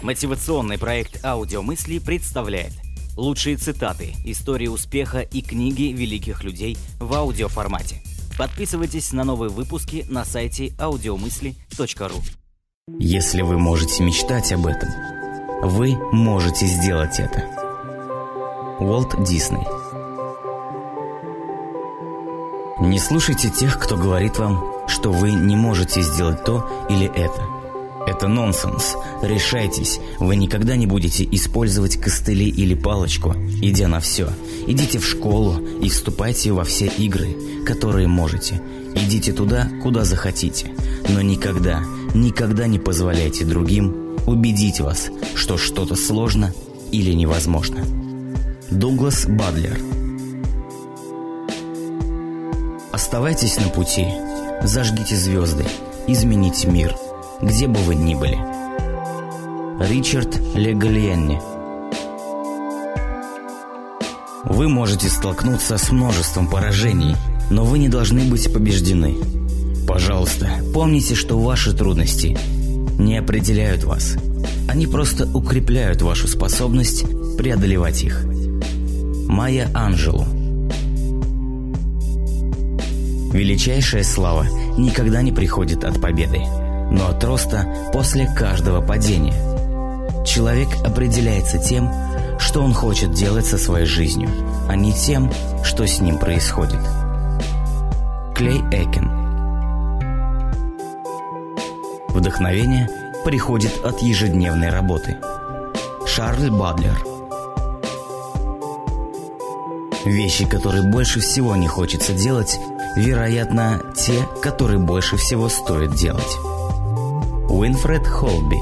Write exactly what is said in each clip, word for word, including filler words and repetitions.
Мотивационный проект «Аудиомысли» представляет лучшие цитаты, истории успеха и книги великих людей в аудиоформате. Подписывайтесь на новые выпуски на сайте аудиомысли точка ру. Если вы можете мечтать об этом, вы можете сделать это. Уолт Дисней. Не слушайте тех, кто говорит вам, что вы не можете сделать то или это. Это нонсенс. Решайтесь. Вы никогда не будете использовать костыли или палочку, идя на все. Идите в школу и вступайте во все игры, которые можете. Идите туда, куда захотите. Но никогда, никогда не позволяйте другим убедить вас, что что-то сложно или невозможно. Дуглас Бадлер. Оставайтесь на пути. Зажгите звезды. Измените мир, где бы вы ни были. Ричард Легалиенни. Вы можете столкнуться с множеством поражений, но вы не должны быть побеждены. Пожалуйста, помните, что ваши трудности не определяют вас. Они просто укрепляют вашу способность преодолевать их. Майя Анжелу. Величайшая слава никогда не приходит от победы, но от роста после каждого падения. Человек определяется тем, что он хочет делать со своей жизнью, а не тем, что с ним происходит. Клей Экен. Вдохновение приходит от ежедневной работы. Шарль Бадлер. Вещи, которые больше всего не хочется делать, вероятно, те, которые больше всего стоит делать. Уинфред Холби.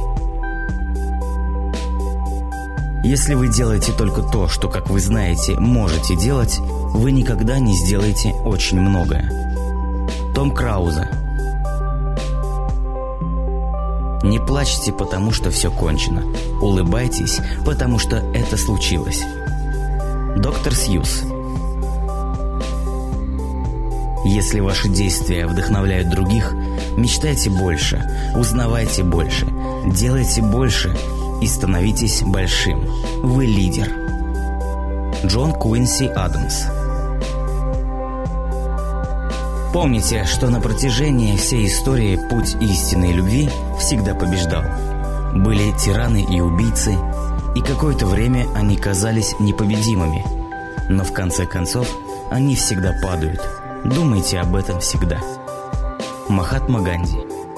Если вы делаете только то, что, как вы знаете, можете делать, вы никогда не сделаете очень многое. Том Краузе. Не плачьте, потому что все кончено. Улыбайтесь, потому что это случилось. Доктор Сьюз. Если ваши действия вдохновляют других, мечтайте больше, узнавайте больше, делайте больше и становитесь большим. Вы лидер. Джон Куинси Адамс. Помните, что на протяжении всей истории путь истинной любви всегда побеждал. Были тираны и убийцы, и какое-то время они казались непобедимыми, но в конце концов они всегда падают. Думайте об этом всегда. Махатма Ганди.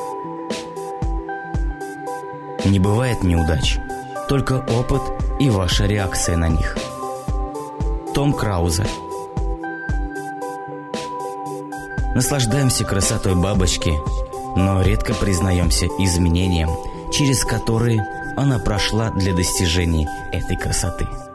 Не бывает неудач, только опыт и ваша реакция на них. Том Краузе. Наслаждаемся красотой бабочки, но редко признаемся изменениям, через которые она прошла для достижения этой красоты.